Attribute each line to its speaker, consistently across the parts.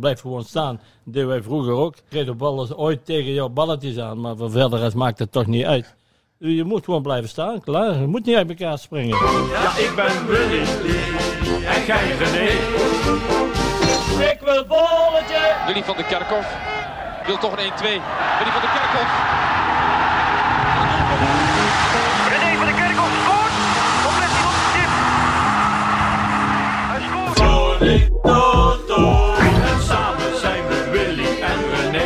Speaker 1: blijf gewoon staan. Dat deden wij vroeger ook. Kreeg de bal ooit tegen jouw balletjes aan, maar voor verder maakt het toch niet uit. Je moet gewoon blijven staan, klaar. Je moet niet uit elkaar springen.
Speaker 2: Ja, ik ben Willy en jij René.
Speaker 1: Ik wil bolletje!
Speaker 3: Willy van der Kerkhof wil toch een 1-2. Willy van der Kerkhof.
Speaker 4: René van der Kerkhof scoort. Of let hij op de tip? Hij scoort.
Speaker 2: Toto. En samen zijn we Willy en René.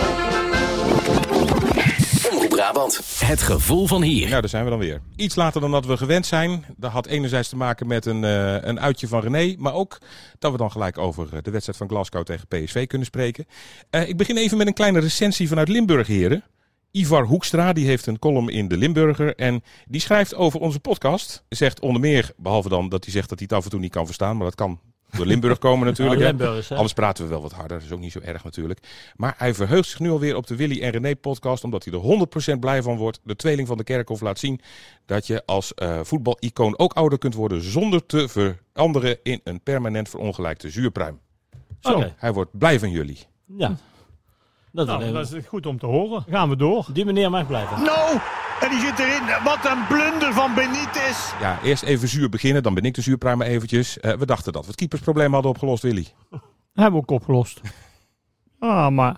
Speaker 5: Omroep Brabant. Het gevoel van hier.
Speaker 6: Nou, daar zijn we dan weer. Iets later dan dat we gewend zijn. Dat had enerzijds te maken met een uitje van René. Maar ook dat we dan gelijk over de wedstrijd van Glasgow tegen PSV kunnen spreken. Ik begin even met een kleine recensie vanuit Limburg, heren. Ivar Hoekstra, die heeft een column in de Limburger. En die schrijft over onze podcast. Zegt onder meer, behalve dan dat hij zegt dat hij het af en toe niet kan verstaan. Maar dat kan door Limburg komen natuurlijk.
Speaker 1: Ja, Limburgers, hè?
Speaker 6: Anders praten we wel wat harder. Dat is ook niet zo erg natuurlijk. Maar hij verheugt zich nu alweer op de Willy en René podcast. Omdat hij er 100% blij van wordt. De tweeling van de Kerkhof laat zien dat je als voetbalicoon ook ouder kunt worden. Zonder te veranderen in een permanent verongelijkte zuurpruim. Zo,
Speaker 1: Okay.
Speaker 6: Hij wordt blij van jullie.
Speaker 1: Ja. Dat
Speaker 7: is goed om te horen. Gaan we door.
Speaker 1: Die meneer mag blijven.
Speaker 8: Nou, en die zit erin. Wat een blunder van Benitez.
Speaker 6: Ja, eerst even zuur beginnen. Dan ben ik de zuurpruim maar eventjes. We dachten dat we het keepersprobleem hadden opgelost, Willy.
Speaker 7: Hebben we ook opgelost. Maar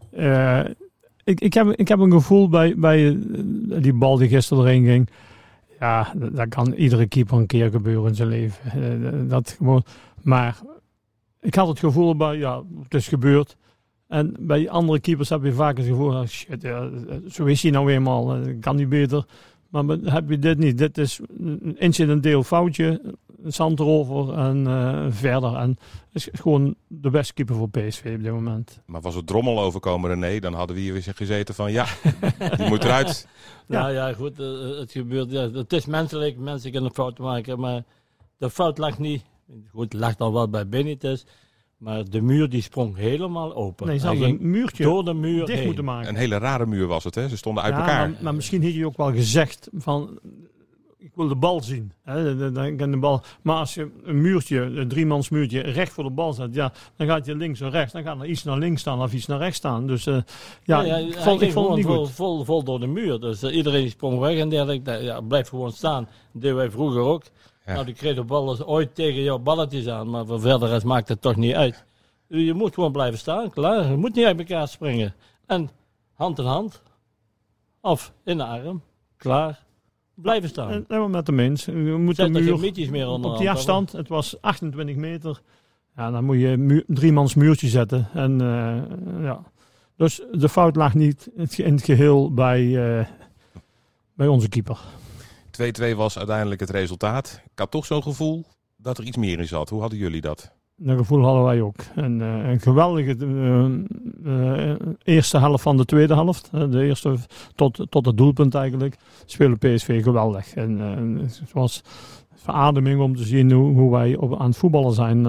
Speaker 7: ik heb een gevoel bij die bal die gisteren erin ging. Ja, dat kan iedere keeper een keer gebeuren in zijn leven. Dat gewoon. Maar ik had het gevoel bij, ja, het is gebeurd. En bij andere keepers heb je vaak het gevoel, shit, ja, zo is hij nou eenmaal, kan niet beter. Maar heb je dit niet? Dit is een incidenteel foutje, zand erover en verder. En is gewoon de beste keeper voor PSV op dit moment.
Speaker 6: Maar was het drommel overkomen, René, dan hadden we hier weer gezeten van ja, die moet eruit.
Speaker 1: Ja, goed, het gebeurt. Ja, het is menselijk, mensen kunnen fouten maken, maar de fout lag niet. Goed, het lag dan wel bij Benitez. Maar de muur die sprong helemaal open.
Speaker 7: Nee, ze hadden een muurtje
Speaker 1: door de muur
Speaker 7: dicht
Speaker 1: heen.
Speaker 7: moeten maken.
Speaker 6: Een hele rare muur was het, hè? Ze stonden uit elkaar.
Speaker 7: Maar misschien had je ook wel gezegd van, ik wil de bal zien. De bal. Maar als je een muurtje, een 3-mans muurtje, recht voor de bal zet, ja, dan gaat je links en rechts. Dan gaat er iets naar links staan of iets naar rechts staan. Dus ik vond het niet goed.
Speaker 1: Vol door de muur. Dus iedereen sprong weg en dergelijke. Ja, blijf gewoon staan. Dat deden wij vroeger ook.
Speaker 6: Ja.
Speaker 1: Nou, die kreeg de bal ooit tegen jouw balletjes aan, maar voor verder maakt het toch niet uit. Je moet gewoon blijven staan, klaar. Je moet niet uit elkaar springen. En hand in hand, of in de arm, klaar. Blijven staan.
Speaker 7: En we met de mens. We moeten
Speaker 1: Zet er geen mietjes meer onder.
Speaker 7: Op die afstand, het was 28 meter. Ja, dan moet je 3-mans muurtje zetten. En ja. Dus de fout lag niet in het geheel bij onze keeper.
Speaker 6: 2-2 was uiteindelijk het resultaat. Ik had toch zo'n gevoel dat er iets meer in zat. Hoe hadden jullie dat?
Speaker 7: Dat gevoel hadden wij ook. Een geweldige eerste helft van de tweede helft. De eerste tot het doelpunt eigenlijk. Speelde PSV geweldig. En het was verademing om te zien hoe wij aan het voetballen zijn.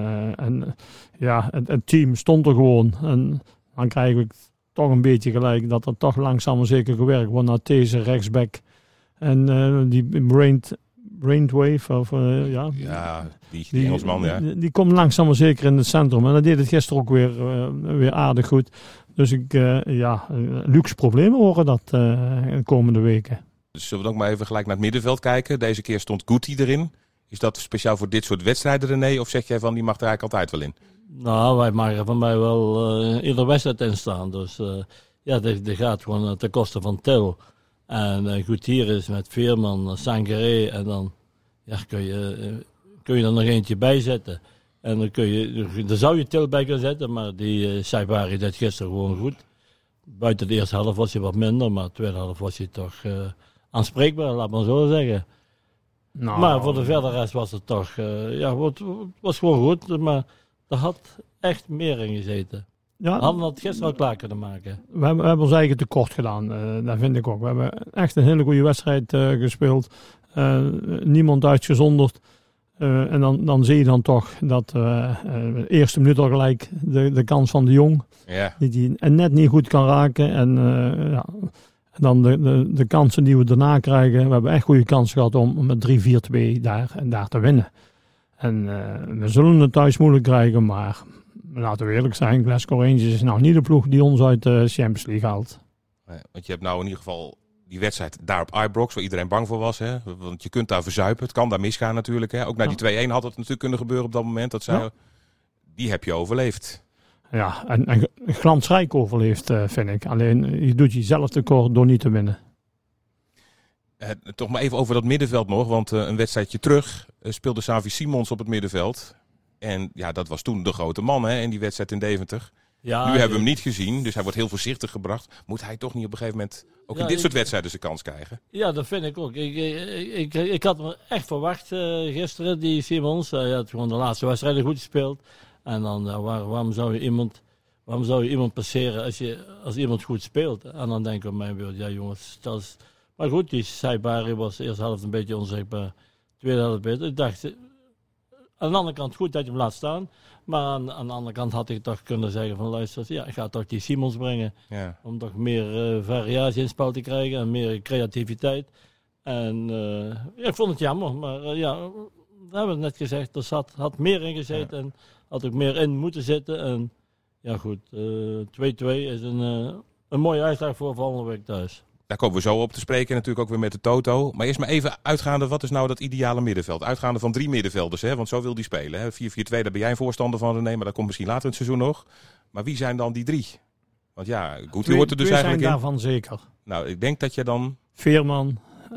Speaker 7: Het team stond er gewoon. En dan krijg ik toch een beetje gelijk dat er toch langzaam maar zeker gewerkt wordt naar deze rechtsback. En die Brainwave, of
Speaker 6: die Engelsman, ja.
Speaker 7: Die komt langzaam maar zeker in het centrum. En dat deed het gisteren ook weer aardig goed. Dus luxe problemen horen dat de komende weken.
Speaker 6: Dus zullen we ook maar even gelijk naar het middenveld kijken. Deze keer stond Guti erin. Is dat speciaal voor dit soort wedstrijden, René? Of zeg jij van, die mag er eigenlijk altijd wel in?
Speaker 1: Nou, wij mag er van mij wel iedere wedstrijd in staan. Dus dat gaat gewoon ten koste van Til. En Gutierrez met Veerman, Sangaré en dan kun je er nog eentje bij zetten. En dan zou je Til bij kunnen zetten, maar die Saibari deed gisteren gewoon goed. Buiten de eerste helft was hij wat minder, maar de tweede helft was hij toch aanspreekbaar, laat maar zo zeggen.
Speaker 7: Nou,
Speaker 1: maar voor de verder rest was het toch, het was gewoon goed, maar er had echt meer in gezeten.
Speaker 7: Ja,
Speaker 1: hadden we het gisteren al klaar kunnen maken.
Speaker 7: We hebben ons eigen tekort gedaan, dat vind ik ook. We hebben echt een hele goede wedstrijd gespeeld. Niemand uitgezonderd. En dan zie je dan toch dat de eerste minuut al gelijk de kans van de Jong.
Speaker 6: Ja.
Speaker 7: Die net niet goed kan raken. En dan de kansen die we daarna krijgen. We hebben echt goede kansen gehad om met 3-4-2 daar te winnen. En we zullen het thuis moeilijk krijgen, maar laten we eerlijk zijn, Glasgow Rangers is nou niet de ploeg die ons uit de Champions League haalt.
Speaker 6: Nee, want je hebt nou in ieder geval die wedstrijd daar op Ibrox, waar iedereen bang voor was. Hè? Want je kunt daar verzuipen. Het kan daar misgaan natuurlijk. Hè? Ook na die 2-1 had het natuurlijk kunnen gebeuren op dat moment. Die heb je overleefd.
Speaker 7: Ja, en glansrijk overleefd, vind ik. Alleen, je doet jezelf tekort door niet te winnen.
Speaker 6: Toch maar even over dat middenveld nog. Want een wedstrijdje terug speelde Xavi Simons op het middenveld. En ja, dat was toen de grote man, hè, in die wedstrijd in Deventer. Ja, nu hebben we hem niet gezien, dus hij wordt heel voorzichtig gebracht. Moet hij toch niet op een gegeven moment ook in dit soort wedstrijden zijn kans krijgen?
Speaker 1: Ja, dat vind ik ook. Ik had me echt verwacht gisteren, die Simons. Hij had gewoon de laatste wedstrijden goed gespeeld. En dan, waarom zou je iemand passeren als iemand goed speelt? En dan denk ik op mijn beurt, ja jongens, maar goed, die Saibari was de eerste helft een beetje onzichtbaar. Tweede helft beter. Ik dacht, aan de andere kant goed dat je hem laat staan. Maar aan de andere kant had ik toch kunnen zeggen van luister, ja, ik ga toch die Simons brengen. Ja. Om toch meer variatie in het spel te krijgen en meer creativiteit. En ja, ik vond het jammer, maar ja, we hebben het net gezegd, er had meer in gezeten en had ook meer in moeten zitten. En ja goed, 2-2 is een mooie uitslag voor volgende week thuis.
Speaker 6: Daar komen we zo op te spreken, natuurlijk ook weer met de Toto. Maar eerst maar even uitgaande, wat is nou dat ideale middenveld? Uitgaande van 3 middenvelders, hè? Want zo wil die spelen. Hè? 4-4-2, daar ben jij een voorstander van, René, maar dat komt misschien later in het seizoen nog. Maar wie zijn dan die 3? Want ja, Guti hoort er dus eigenlijk in.
Speaker 7: Zijn daarvan zeker.
Speaker 6: Nou, ik denk dat je dan...
Speaker 7: Veerman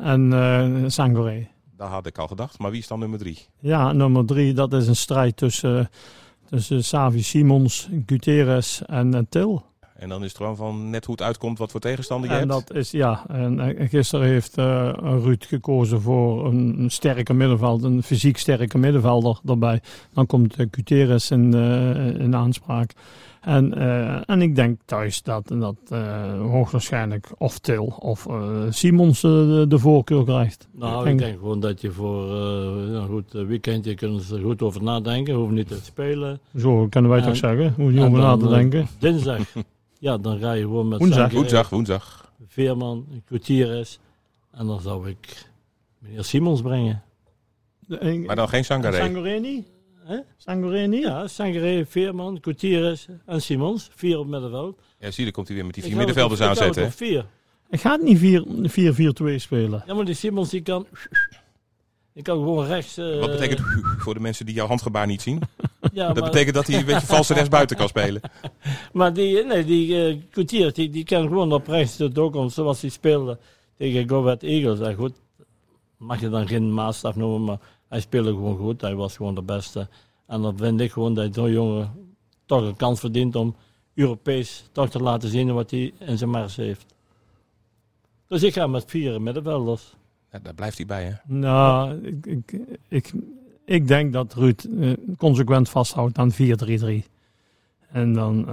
Speaker 7: en Sangoré.
Speaker 6: Dat had ik al gedacht, maar wie is dan nummer 3?
Speaker 7: Ja, nummer 3, dat is een strijd tussen Xavi Simons, Gutierrez en Til.
Speaker 6: En dan is het gewoon van net hoe het uitkomt wat voor tegenstander je hebt.
Speaker 7: Dat is, ja. En gisteren heeft Ruud gekozen voor een sterke middenveld, een fysiek sterke middenvelder erbij. Dan komt Gutierrez in aanspraak. En ik denk thuis dat hoogstwaarschijnlijk of Til of Simons de voorkeur krijgt.
Speaker 1: Nou, ik denk gewoon dat je voor een goed weekendje kunnen ze er goed over nadenken. Hoeven niet te spelen.
Speaker 7: Zo kunnen wij toch zeggen. Hoef je over na te denken.
Speaker 1: Dinsdag. Ja, dan ga je gewoon met
Speaker 6: Woensdag.
Speaker 1: Veerman, Gutierrez. En dan zou ik meneer Simons brengen.
Speaker 6: Maar dan geen Sangaré.
Speaker 7: Sangoré niet? Sangoré niet?
Speaker 1: Ja, Sangoré, Veerman, Gutierrez en Simons. 4 op middenveld.
Speaker 6: Ja, zie je, dan komt hij weer met die 4 middenvelders aanzetten.
Speaker 1: Ik 4.
Speaker 7: Ik ga het niet 4-4-2 spelen.
Speaker 1: Ja, maar die Simons die kan... Ik kan gewoon rechts...
Speaker 6: Wat betekent voor de mensen die jouw handgebaar niet zien? Ja, dat betekent dat hij een beetje valse rechtsbuiten kan spelen.
Speaker 1: Maar die Gutierrez, die kan gewoon op rechts de doorkomen zoals hij speelde tegen Go Ahead Eagles. En goed, mag je dan geen maatstaf noemen, maar hij speelde gewoon goed. Hij was gewoon de beste. En dan vind ik gewoon dat zo'n jongen toch een kans verdient om Europees toch te laten zien wat hij in zijn mars heeft. Dus ik ga met 4 middenvelders.
Speaker 6: Ja, daar blijft hij bij, hè?
Speaker 7: Nou, ik denk dat Ruud consequent vasthoudt aan 4-3-3. En dan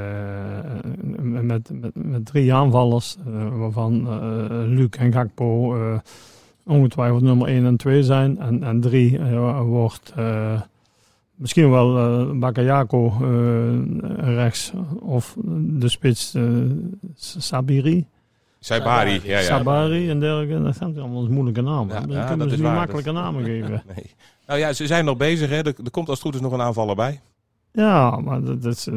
Speaker 7: met 3 aanvallers, waarvan Luc en Gakpo ongetwijfeld nummer 1 en 2 zijn. En 3 wordt misschien wel Bakayoko rechts of de spits Sabiri.
Speaker 6: Saibari, ja.
Speaker 7: Sabari en dergelijke, dat zijn allemaal moeilijke namen.
Speaker 6: Ja,
Speaker 7: Dan kunnen ze niet makkelijke namen geven.
Speaker 6: Nee. Nou ja, ze zijn nog bezig, hè. Er komt als het goed is nog een aanvaller bij.
Speaker 7: Ja, maar dat is...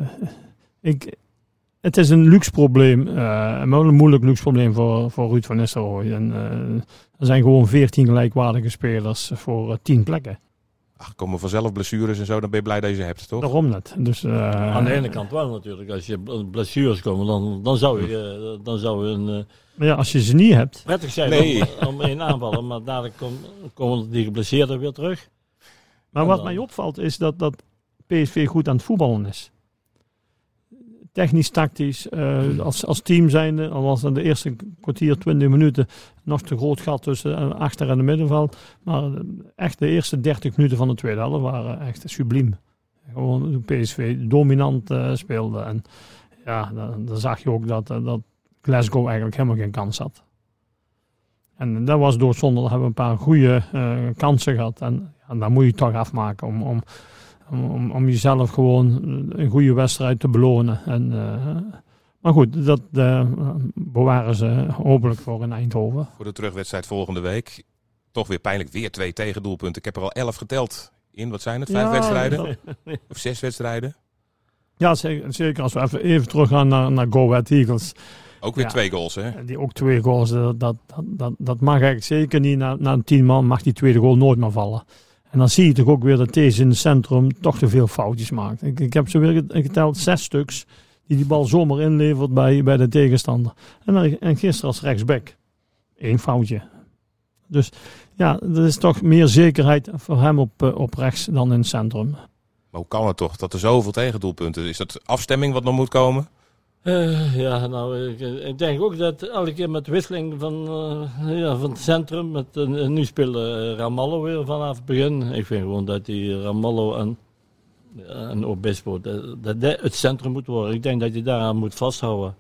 Speaker 7: het is een luxe probleem, maar wel een moeilijk luxe probleem voor Ruud van Nistelrooy. En er zijn gewoon 14 gelijkwaardige spelers voor 10 plekken.
Speaker 6: Ach, komen vanzelf blessures en zo, dan ben je blij dat je ze hebt, toch?
Speaker 7: Daarom net. Dus,
Speaker 1: aan de ene kant wel natuurlijk. Als je blessures komen, dan zou je een...
Speaker 7: Maar ja, als je ze niet hebt...
Speaker 1: Prettig zijn om één aanvallen, maar dadelijk komen die geblesseerden weer terug.
Speaker 7: Maar wat mij opvalt is dat PSV goed aan het voetballen is. Technisch, tactisch, als team zijnde, al was er de eerste kwartier, 20 minuten nog te groot gat tussen achter en de middenveld. Maar echt de eerste 30 minuten van de tweede helft waren echt subliem. Gewoon PSV dominant speelde. En ja, dan zag je ook dat Glasgow eigenlijk helemaal geen kans had. En dat was doodzonde. We hebben een paar goede kansen gehad. En dan moet je het toch afmaken om jezelf gewoon een goede wedstrijd te belonen. Maar goed, dat bewaren ze hopelijk voor in Eindhoven.
Speaker 6: Voor de terugwedstrijd volgende week. Toch weer pijnlijk, weer 2 tegendoelpunten. Ik heb er al 11 geteld in. Wat zijn het? 5 wedstrijden? Of 6 wedstrijden?
Speaker 7: Ja, zeker als we even teruggaan naar Go Ahead Eagles.
Speaker 6: Ook weer 2 goals, hè?
Speaker 7: Die ook 2 goals, dat mag eigenlijk zeker niet. Na 10 man mag die tweede goal nooit meer vallen. En dan zie je toch ook weer dat deze in het centrum toch te veel foutjes maakt. Ik heb zo weer geteld 6 stuks die bal zomaar inlevert bij de tegenstander. En gisteren als rechtsback 1 foutje. Dus ja, er is toch meer zekerheid voor hem op rechts dan in het centrum.
Speaker 6: Maar hoe kan het toch dat er zoveel tegendoelpunten is? Is dat afstemming wat nog moet komen?
Speaker 1: Ik denk ook dat elke keer met wisseling van het centrum, nu spelen Ramallo weer vanaf het begin. Ik vind gewoon dat die Ramallo en Obispo dat het centrum moet worden. Ik denk dat je daaraan moet vasthouden.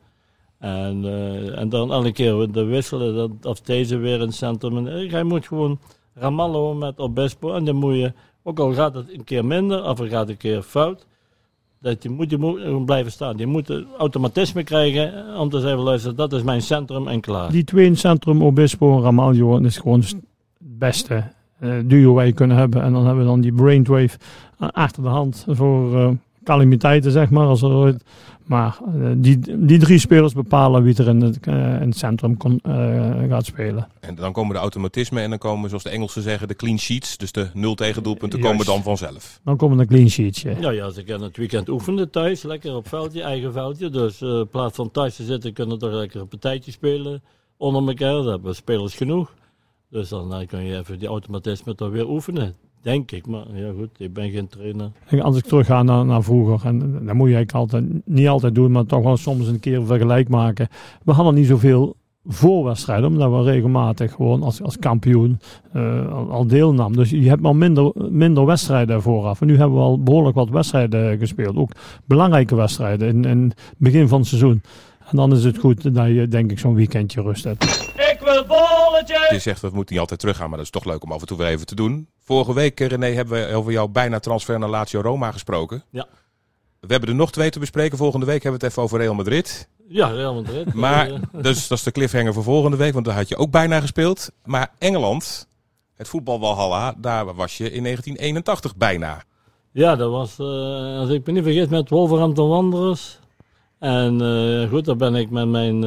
Speaker 1: En dan elke keer de wisselen, of deze weer in het centrum. Hij moet gewoon Ramallo met Obispo en dan moet je, ook al gaat het een keer minder of er gaat een keer fout, dat je moet blijven staan. Je moet automatisme krijgen om te zeggen, luister, dat is mijn centrum en klaar.
Speaker 7: Die 2 in het centrum, Obispo en Ramalho, is gewoon het beste duo wij kunnen hebben. En dan hebben we dan die brainwave achter de hand voor calamiteiten, zeg maar. Maar die 3 spelers bepalen wie er in het centrum gaat spelen.
Speaker 6: En dan komen de automatismen en dan komen, zoals de Engelsen zeggen, de clean sheets. Dus de 0 tegendoelpunten komen dan vanzelf.
Speaker 7: Dan komen de clean sheets, ja.
Speaker 1: Ja, ze kunnen het weekend oefenen thuis, lekker op veldje, eigen veldje. Dus in plaats van thuis te zitten, kunnen toch lekker een partijtje spelen onder elkaar. Daar hebben we spelers genoeg. Dus dan kun je even die automatismen toch weer oefenen. Denk ik, maar ja goed, ik ben geen trainer.
Speaker 7: Als ik terug ga naar vroeger, en dat moet je eigenlijk niet altijd doen, maar toch wel soms een keer een vergelijk maken. We hadden niet zoveel voorwedstrijden, omdat we regelmatig gewoon als kampioen al deelnamen. Dus je hebt al minder wedstrijden vooraf. En nu hebben we al behoorlijk wat wedstrijden gespeeld. Ook belangrijke wedstrijden in het begin van het seizoen. En dan is het goed dat je, denk ik, zo'n weekendje rust hebt.
Speaker 2: Ik wil bolletjes!
Speaker 6: Je zegt, we moeten niet altijd teruggaan, maar dat is toch leuk om af en toe weer even te doen. Vorige week, René, hebben we over jouw bijna transfer naar Lazio Roma gesproken.
Speaker 1: Ja.
Speaker 6: We hebben er nog 2 te bespreken. Volgende week hebben we het even over Real Madrid.
Speaker 1: Ja, Real Madrid.
Speaker 6: Maar dus, dat is de cliffhanger voor volgende week, want daar had je ook bijna gespeeld. Maar Engeland, het voetbalwalhalla, daar was je in 1981 bijna.
Speaker 1: Ja, dat was, als ik me niet vergis, met Wolverhampton Wanderers. En goed, daar ben ik met mijn,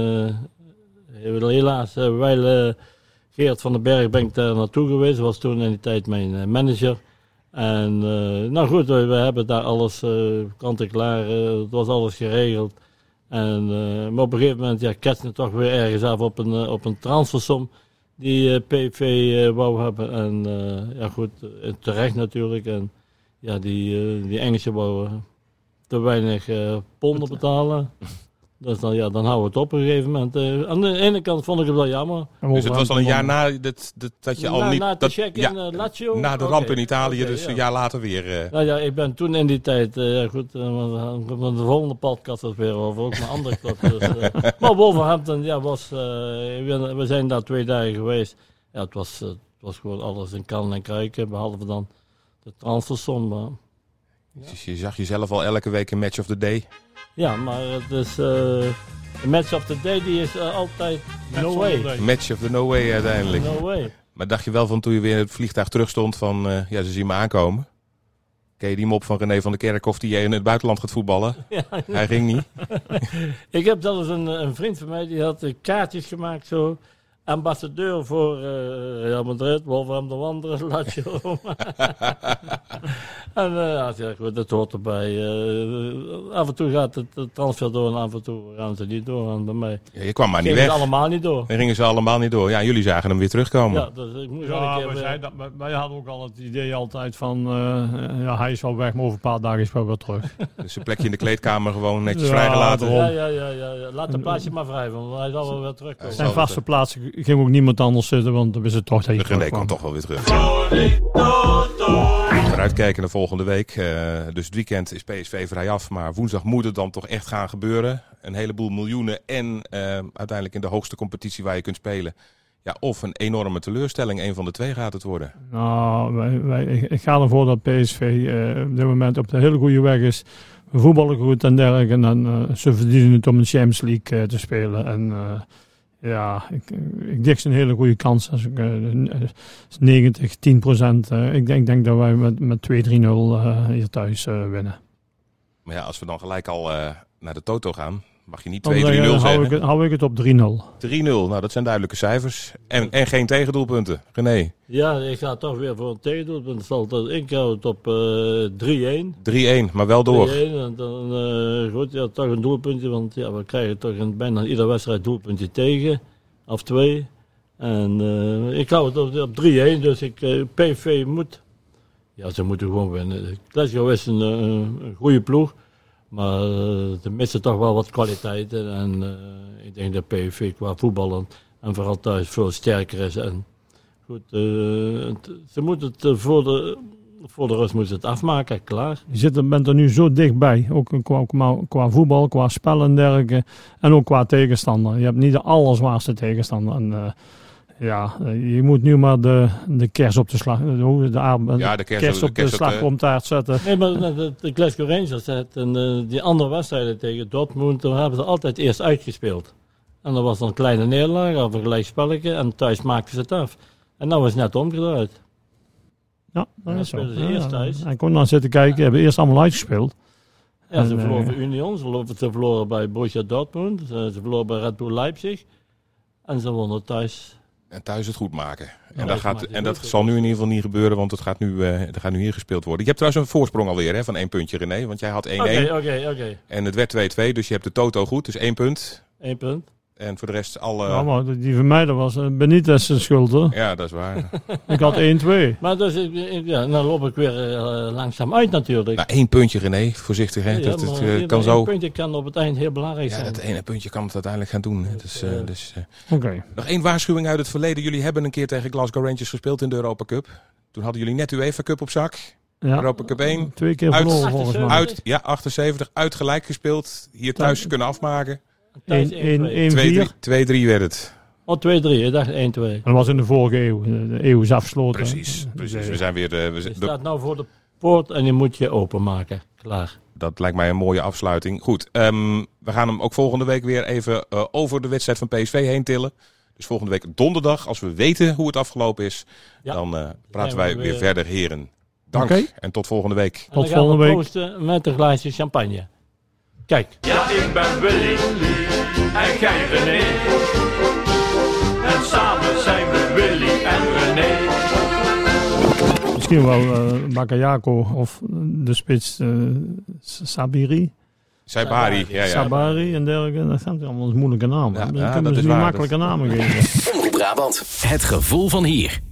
Speaker 1: helaas, Geert van den Berg ben ik daar naartoe geweest. Dat was toen in die tijd mijn manager. En nou goed, we hebben daar alles kant en klaar. Het was alles geregeld. En, maar op een gegeven moment ketste het toch weer ergens af op een transfersom die PV wou hebben. En ja goed, terecht natuurlijk. En ja, die Engelsen wouden te weinig ponden betalen. Dus dan houden we het op een gegeven moment. Aan de ene kant vond ik het wel jammer.
Speaker 6: Dus het was al een jaar na dat je al niet...
Speaker 1: Na te checken in Lazio.
Speaker 6: Na de ramp in Italië, dus een jaar later weer...
Speaker 1: Nou ja, ik ben toen in die tijd... goed, de volgende podcast was weer over. Ook mijn andere club. Dus, maar Wolverhampton, was... we zijn daar 2 dagen geweest. Ja, het was gewoon alles in kan en kruiken. Behalve dan de transfersom. Maar,
Speaker 6: ja. Dus je zag jezelf al elke week een match of the day...
Speaker 1: Ja, maar het is de match of the day, die is altijd no way.
Speaker 6: Match of the no way uiteindelijk.
Speaker 1: No way.
Speaker 6: Maar dacht je wel van toen je weer in het vliegtuig terug stond van, ze zien me aankomen. Ken je die mop van René van der Kerkhof die in het buitenland gaat voetballen? Ja. Hij ging niet.
Speaker 1: Ik heb zelfs een vriend van mij, die had kaartjes gemaakt zo. Ambassadeur voor Real Madrid, Wolverhampton Wanderers, Lazio Roma. En goed, dat hoort erbij. Af en toe gaat het transfer door en af en toe gaan ze niet door. En bij mij
Speaker 6: ja, je kwam maar niet weg.
Speaker 1: Gingen ze allemaal niet door.
Speaker 6: En gingen ze allemaal niet door. Ja, jullie zagen hem weer terugkomen.
Speaker 1: Ja, dus ik moest wel een keer...
Speaker 7: wij hadden ook al het idee altijd van, hij is wel weg, maar over een paar dagen is hij wel weer terug.
Speaker 6: Dus een plekje in de kleedkamer gewoon netjes vrijgelaten.
Speaker 1: Ja. Laat de plaatsje maar vrij, want hij zal wel weer terugkomen.
Speaker 7: Zijn vaste plaats ging ook niemand anders zitten, want dan is het toch dat je
Speaker 6: René kwam toch wel weer terug. Vooruitkijken naar volgende week. Dus het weekend is PSV vrij af, maar woensdag moet het dan toch echt gaan gebeuren. Een heleboel miljoenen en uiteindelijk in de hoogste competitie waar je kunt spelen. Ja, of een enorme teleurstelling. Een van de 2 gaat het worden.
Speaker 7: Nou, ik ga ervoor dat PSV op dit moment op de hele goede weg is. We voetballen goed en dergelijke. En ze verdienen het om de Champions League te spelen. En ik dicht een hele goede kans. Als ik 90-10%. Ik denk dat wij met 2-3-0 hier thuis winnen.
Speaker 6: Maar ja, als we dan gelijk al naar de Toto gaan, mag je niet 2-3-0
Speaker 7: Dan
Speaker 6: zeggen.
Speaker 7: hou ik het op 3-0.
Speaker 6: 3-0, nou dat zijn duidelijke cijfers. En geen tegendoelpunten. René?
Speaker 1: Ja, ik ga toch weer voor een tegendoelpunt. Het zal tot één keer op 3-1.
Speaker 6: 3-1, maar wel door.
Speaker 1: 3-1 en dan goed, ja, toch een doelpuntje. Want ja, we krijgen toch bijna iedere wedstrijd doelpuntje tegen. Of 2. En ik hou het op 3-1. Dus PSV moet... Ja, ze moeten gewoon winnen. Glasgow is een goede ploeg. Maar ze missen toch wel wat kwaliteiten. En ik denk dat PSV qua voetballen en vooral thuis veel sterker is. En goed, ze moeten het voor de rust moeten het afmaken, klaar.
Speaker 7: Je bent er nu zo dichtbij. Ook qua voetbal, qua spel en dergelijke. En ook qua tegenstander. Je hebt niet de allerzwaarste tegenstander. En, je moet nu maar de kers op de slag. De kers op de slagroomtaart zetten.
Speaker 1: Nee, maar de Glasgow Rangers, die andere wedstrijden tegen Dortmund, daar hebben ze altijd eerst uitgespeeld. En dat was dan een kleine nederlaag of een gelijk spelletje. En thuis maakten ze het af. En nou is het net omgedraaid.
Speaker 7: Ja, dat is zo.
Speaker 1: Spelen ze eerst thuis.
Speaker 7: Ik kon dan zitten kijken, hebben eerst allemaal uitgespeeld.
Speaker 1: Ja, ze verloren bij Union, ze verloren bij Borussia Dortmund, ze verloren bij Red Bull Leipzig. En ze wonnen thuis.
Speaker 6: En thuis het goed maken.
Speaker 1: Ja,
Speaker 6: dat zal nu in ieder geval niet gebeuren, want het gaat nu hier gespeeld worden. Je hebt trouwens een voorsprong alweer van 1 puntje, René. Want jij had 1-1.
Speaker 1: Oké.
Speaker 6: En het werd 2-2, dus je hebt de Toto goed. Dus 1 punt.
Speaker 1: 1 punt.
Speaker 6: En voor de rest alle...
Speaker 7: Ja, maar die van mij, dat was Benitez zijn schuld, hoor.
Speaker 6: Ja, dat is waar.
Speaker 7: Ik had 1-2.
Speaker 1: Maar dus, dan loop ik weer langzaam uit natuurlijk.
Speaker 6: Nou, 1 puntje, René. Voorzichtig, hè.
Speaker 1: Ja,
Speaker 6: dat kan zo...
Speaker 1: 1 puntje kan op het eind heel belangrijk zijn.
Speaker 6: Ja, dat ene puntje kan het uiteindelijk gaan doen.
Speaker 7: Oké.
Speaker 6: Nog 1 waarschuwing uit het verleden. Jullie hebben een keer tegen Glasgow Rangers gespeeld in de Europa Cup. Toen hadden jullie net de UEFA Cup op zak.
Speaker 7: Ja.
Speaker 6: Europa Cup 1.
Speaker 7: 2 keer verloren volgens mij.
Speaker 6: 78. Uit gelijk gespeeld. Hier thuis kunnen afmaken.
Speaker 7: 1-4. 2-3
Speaker 6: werd het.
Speaker 1: Oh, 2-3. Ik dacht 1-2.
Speaker 7: Dat was in de vorige eeuw. De eeuw is afgesloten.
Speaker 6: Precies. We zijn weer...
Speaker 1: Je staat nou voor de poort en die moet je openmaken. Klaar.
Speaker 6: Dat lijkt mij een mooie afsluiting. Goed, we gaan hem ook volgende week weer even over de wedstrijd van PSV heen tillen. Dus volgende week donderdag, als we weten hoe het afgelopen is, dan praten wij weer verder, heren. Dank en tot volgende week.
Speaker 7: Tot volgende week.
Speaker 1: Proosten met een glaasje champagne. Kijk.
Speaker 2: Ja, ik ben Willy en jij René. En samen zijn we Willy en René.
Speaker 7: Misschien wel Bakayoko of de spits Sabiri.
Speaker 6: Sabari, ja.
Speaker 7: Sabari en dergelijke. Dat zijn allemaal moeilijke namen.
Speaker 6: Ja,
Speaker 7: Dan kunnen ze niet makkelijke namen geven.
Speaker 5: Omroep Brabant, het gevoel van hier.